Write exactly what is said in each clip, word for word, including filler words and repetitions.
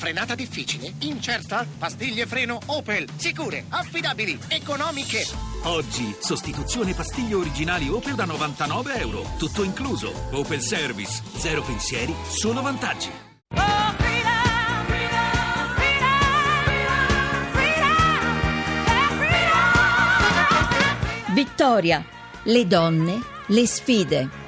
Frenata difficile? Incerta? Pastiglie freno Opel. Sicure, affidabili, economiche. Oggi, sostituzione pastiglie originali Opel da novantanove euro. Tutto incluso. Opel Service. Zero pensieri, solo vantaggi. Vittoria, le donne, le sfide.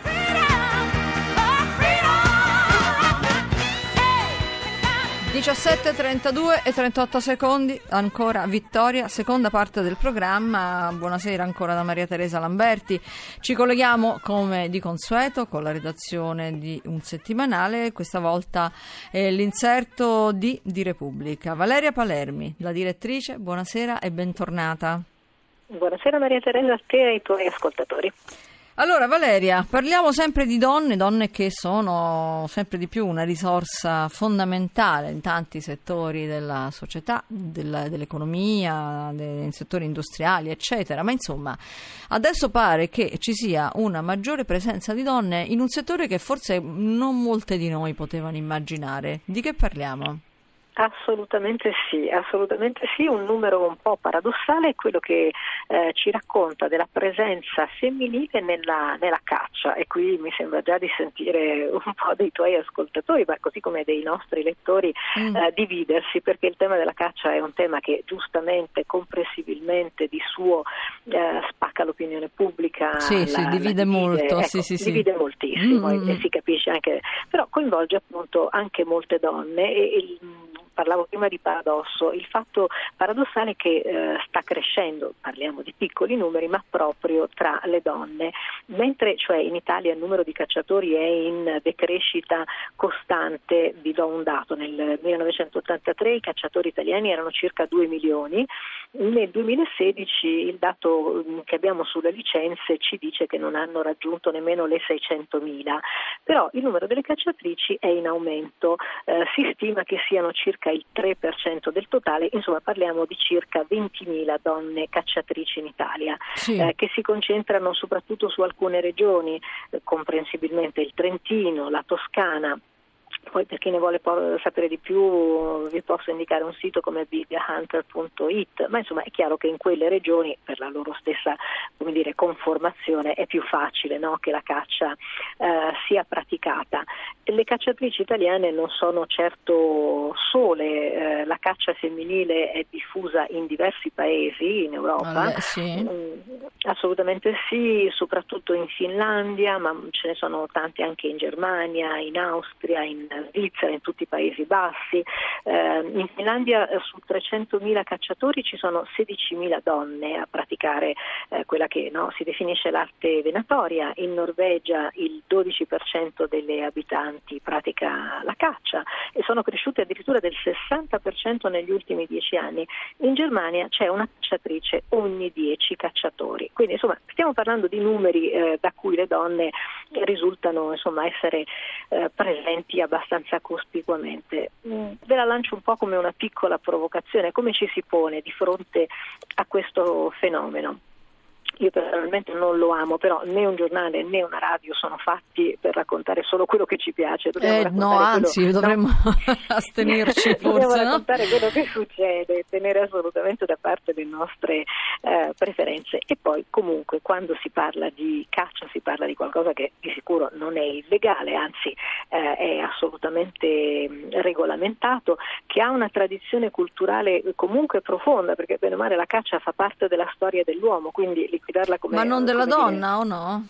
diciassette, trentadue e trentotto secondi, ancora Vittoria, seconda parte del programma. Buonasera ancora da Maria Teresa Lamberti. Ci colleghiamo come di consueto con la redazione di un settimanale, questa volta è l'inserto di Di Repubblica. Valeria Palermi, la direttrice, buonasera e bentornata. Buonasera Maria Teresa, a te e ai tuoi ascoltatori. Allora Valeria, parliamo sempre di donne, donne che sono sempre di più una risorsa fondamentale in tanti settori della società, della, dell'economia, dei settori industriali, eccetera, ma insomma adesso pare che ci sia una maggiore presenza di donne in un settore che forse non molte di noi potevano immaginare. Di che parliamo? Assolutamente sì, assolutamente sì. Un numero un po' paradossale è quello che eh, ci racconta della presenza femminile nella, nella caccia, e qui mi sembra già di sentire un po' dei tuoi ascoltatori, ma così come dei nostri lettori, mm. eh, dividersi, perché il tema della caccia è un tema che giustamente, comprensibilmente di suo eh, spacca l'opinione pubblica. Sì, la, sì, divide, divide molto, ecco, sì, sì, divide sì. moltissimo mm. e, e si capisce anche, però coinvolge appunto anche molte donne e il parlavo prima di paradosso, il fatto paradossale che eh, sta crescendo, parliamo di piccoli numeri, ma proprio tra le donne, mentre cioè in Italia il numero di cacciatori è in decrescita costante. Vi do un dato: nel millenovecentottantatré i cacciatori italiani erano circa due milioni, nel duemilasedici il dato che abbiamo sulle licenze ci dice che non hanno raggiunto nemmeno le seicentomila, però il numero delle cacciatrici è in aumento, eh, si stima che siano circa il tre per cento del totale, insomma parliamo di circa ventimila donne cacciatrici in Italia, sì. eh, che si concentrano soprattutto su alcune regioni, eh, comprensibilmente il Trentino, la Toscana. Poi per chi ne vuole po- sapere di più vi posso indicare un sito come big hunter punto it, ma insomma è chiaro che in quelle regioni, per la loro stessa, come dire, conformazione, è più facile, no, che la caccia eh, sia praticata. Le cacciatrici italiane non sono certo sole, eh, la caccia femminile è diffusa in diversi paesi in Europa, Vabbè, sì. mm, assolutamente sì, soprattutto in Finlandia, ma ce ne sono tante anche in Germania, in Austria, in Svizzera, in tutti i Paesi Bassi. Eh, in Finlandia eh, su trecentomila cacciatori ci sono sedicimila donne a praticare eh, quella che no, si definisce l'arte venatoria. In Norvegia il dodici per cento delle abitanti pratica la caccia e sono cresciute addirittura del sessanta per cento negli ultimi dieci anni. In Germania c'è una cacciatrice ogni dieci cacciatori. Quindi insomma stiamo parlando di numeri eh, da cui le donne risultano insomma essere eh, presenti abbastanza cospicuamente. Mm, ve la lancio un po' come una piccola provocazione: come ci si pone di fronte a questo fenomeno? Io personalmente non lo amo, però né un giornale né una radio sono fatti per raccontare solo quello che ci piace. Eh, no, anzi, quello, dovremmo no. astenerci forse. Dobbiamo no? raccontare quello che succede, tenere assolutamente da parte le nostre eh, preferenze. E poi comunque quando si parla di caccia si parla di qualcosa che di sicuro non è illegale, anzi eh, è assolutamente mh, regolamentato, che ha una tradizione culturale comunque profonda, perché bene o male la caccia fa parte della storia dell'uomo, quindi come, ma non della come donna dire. o no?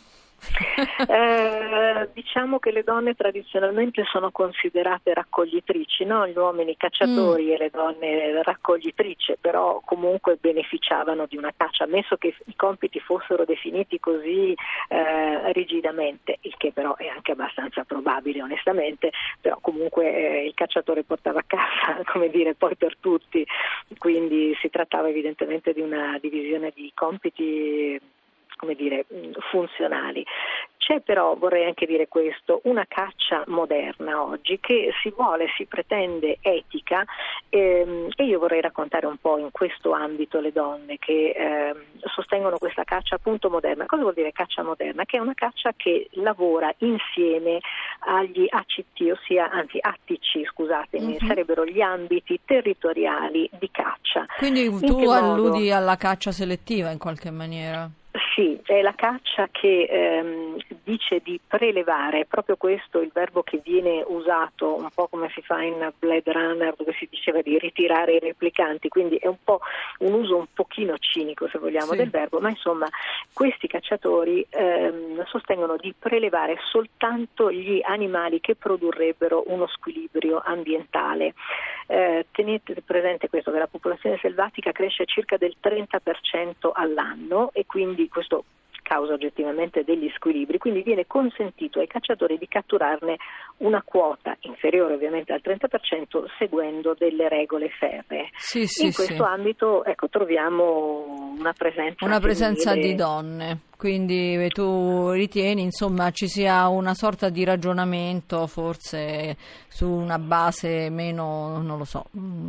eh, diciamo che le donne tradizionalmente sono considerate raccoglitrici, no? Gli uomini cacciatori mm. e le donne raccoglitrici, però comunque beneficiavano di una caccia, ammesso che i compiti fossero definiti così eh, rigidamente, il che però è anche abbastanza probabile onestamente, però comunque eh, il cacciatore portava a casa, come dire, poi per tutti, quindi si trattava evidentemente di una divisione di compiti come dire, funzionali. C'è però, vorrei anche dire questo, una caccia moderna oggi che si vuole, si pretende etica, ehm, e io vorrei raccontare un po' in questo ambito le donne che ehm, sostengono questa caccia appunto moderna. Cosa vuol dire caccia moderna? Che è una caccia che lavora insieme agli A C T, ossia, anzi A T C, scusatemi, mm-hmm. sarebbero gli ambiti territoriali di caccia. Quindi in tu alludi modo? alla caccia selettiva in qualche maniera? Sì, è la caccia che ehm, dice di prelevare, è proprio questo il verbo che viene usato un po' come si fa in Blade Runner, dove si diceva di ritirare i replicanti, quindi è un po' un uso un pochino cinico, se vogliamo, sì. del verbo, ma insomma questi cacciatori ehm, sostengono di prelevare soltanto gli animali che produrrebbero uno squilibrio ambientale. Eh, tenete presente questo, che la popolazione selvatica cresce circa del trenta per cento all'anno e quindi questo causa oggettivamente degli squilibri, quindi viene consentito ai cacciatori di catturarne una quota inferiore ovviamente al trenta per cento seguendo delle regole ferree. Sì, sì, in questo sì. ambito ecco, troviamo una presenza una presenza femminile. di donne. Quindi tu ritieni insomma ci sia una sorta di ragionamento forse su una base meno, non lo so,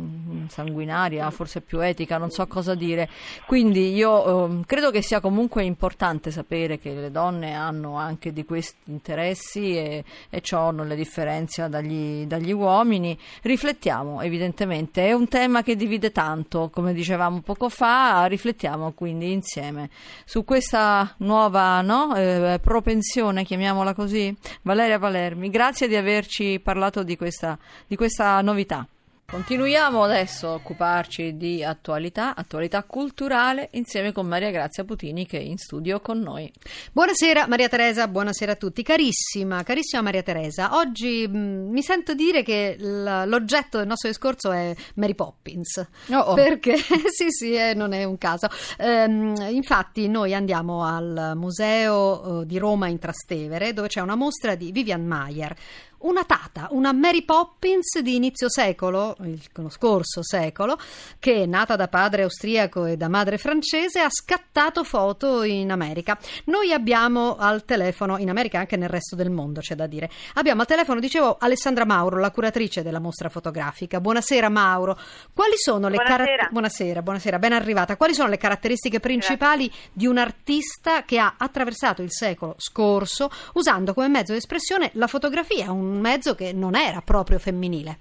sanguinaria, forse più etica, non so cosa dire. Quindi io eh, credo che sia comunque importante sapere che le donne hanno anche di questi interessi e, e ciò non le differenzia dagli, dagli uomini. Riflettiamo, evidentemente, è un tema che divide tanto, come dicevamo poco fa, riflettiamo quindi insieme su questa nuova no? eh, propensione, chiamiamola così. Valeria Palermi, grazie di averci parlato di questa, di questa novità. Continuiamo adesso a occuparci di attualità, attualità culturale, insieme con Maria Grazia Putini che è in studio con noi. Buonasera Maria Teresa, buonasera a tutti. Carissima, carissima Maria Teresa, oggi mh, mi sento dire che l- l'oggetto del nostro discorso è Mary Poppins. Oh oh. Perché? sì, sì, eh, non è un caso. Ehm, infatti noi andiamo al Museo eh, di Roma in Trastevere, dove c'è una mostra di Vivian Maier. Una tata, una Mary Poppins di inizio secolo, il scorso secolo, che nata da padre austriaco e da madre francese ha scattato foto in America. Noi abbiamo al telefono, in America e anche nel resto del mondo c'è da dire, abbiamo al telefono, dicevo, Alessandra Mauro, la curatrice della mostra fotografica. Buonasera Mauro, quali sono le caratteristiche? Buonasera, buonasera, ben arrivata. Quali sono le caratteristiche principali Grazie. Di un artista che ha attraversato il secolo scorso usando come mezzo di espressione la fotografia, un un mezzo che non era proprio femminile?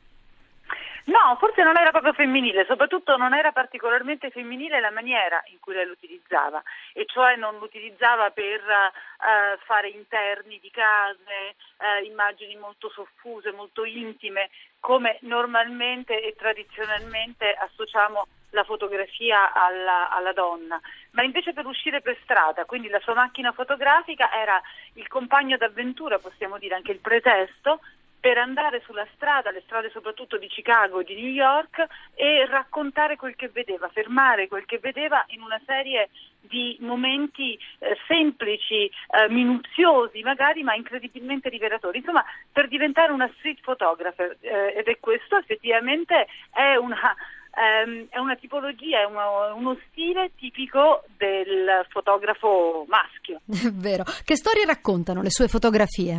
No, forse non era proprio femminile, soprattutto non era particolarmente femminile la maniera in cui lei l'utilizzava, e cioè non l'utilizzava per uh, fare interni di case, uh, immagini molto soffuse, molto intime, come normalmente e tradizionalmente associamo la fotografia alla, alla donna, ma invece per uscire per strada, quindi la sua macchina fotografica era il compagno d'avventura, possiamo dire anche il pretesto, per andare sulla strada, le strade soprattutto di Chicago e di New York, e raccontare quel che vedeva, fermare quel che vedeva in una serie di momenti eh, semplici, eh, minuziosi magari, ma incredibilmente rivelatori. Insomma, per diventare una street photographer, eh, ed è questo effettivamente è una... Um, è una tipologia, è uno, uno stile tipico del fotografo maschio. È vero. Che storie raccontano le sue fotografie?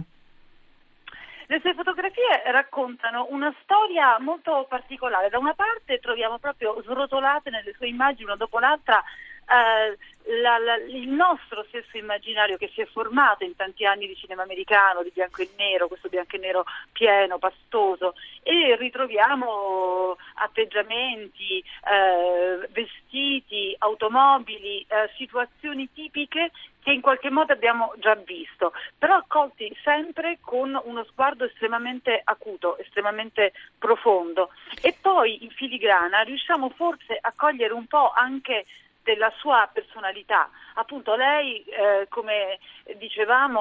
Le sue fotografie raccontano una storia molto particolare. Da una parte troviamo proprio srotolate nelle sue immagini, una dopo l'altra, eh, la, la, il nostro stesso immaginario che si è formato in tanti anni di cinema americano, di bianco e nero, questo bianco e nero pieno, pastoso, e ritroviamo atteggiamenti, eh, vestiti, automobili, eh, situazioni tipiche che in qualche modo abbiamo già visto, però accolti sempre con uno sguardo estremamente acuto, estremamente profondo. E poi in filigrana riusciamo forse a cogliere un po' anche della sua personalità. Appunto lei, eh, come dicevamo,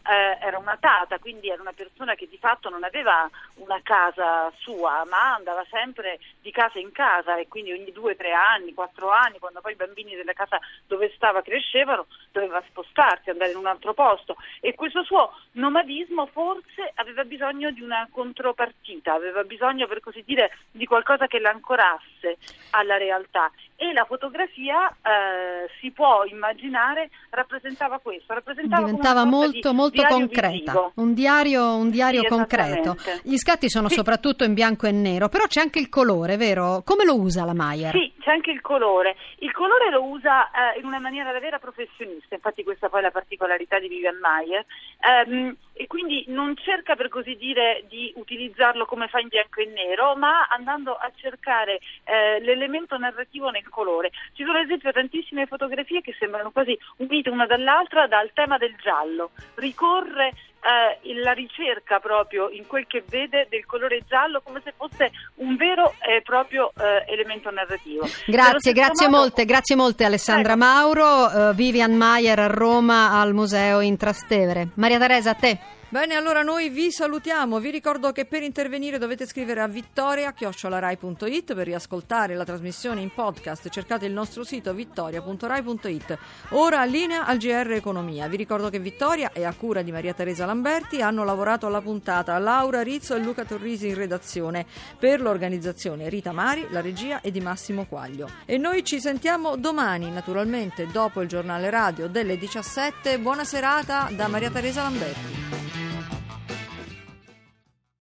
eh, era una tata, quindi era una persona che di fatto non aveva una casa sua, ma andava sempre di casa in casa, e quindi ogni due, tre anni, quattro anni, quando poi i bambini della casa dove stava crescevano, doveva spostarsi, andare in un altro posto, e questo suo nomadismo forse aveva bisogno di una contropartita, aveva bisogno, per così dire, di qualcosa che l'ancorasse alla realtà, e la fotografia eh, si può immaginare rappresentava questo, rappresentava diventava come una molto sorta di molto diario concreta, visivo. un diario, un diario Sì, concreto. esattamente. Gli scatti sono Sì. soprattutto in bianco e nero, però c'è anche il colore, vero? Come lo usa la Mayer? Sì, c'è anche il colore. Il colore lo usa eh, in una maniera da vera professionista, infatti questa poi è la particolarità di Vivian Maier, ehm, e quindi non cerca, per così dire, di utilizzarlo come fa in bianco e nero, ma andando a cercare eh, l'elemento narrativo nel colore. Ci sono ad esempio tantissime fotografie che sembrano quasi unite una dall'altra dal tema del giallo. Ricorre eh, la ricerca proprio in quel che vede del colore giallo come se fosse un vero e proprio eh, elemento narrativo. Grazie, grazie modo... molte, grazie molte Alessandra Prego. Mauro, uh, Vivian Maier a Roma al Museo in Trastevere. Maria Teresa, a te. Bene, allora noi vi salutiamo. Vi ricordo che per intervenire dovete scrivere a vittoria chiocciola rai punto it. Per riascoltare la trasmissione in podcast cercate il nostro sito vittoria punto rai punto it. Ora linea al G R Economia. Vi ricordo che Vittoria e a cura di Maria Teresa Lamberti hanno lavorato alla puntata Laura Rizzo e Luca Torrisi in redazione, per l'organizzazione Rita Mari, la regia è di Massimo Quaglio. E noi ci sentiamo domani, naturalmente dopo il giornale radio delle diciassette. Buona serata da Maria Teresa Lamberti.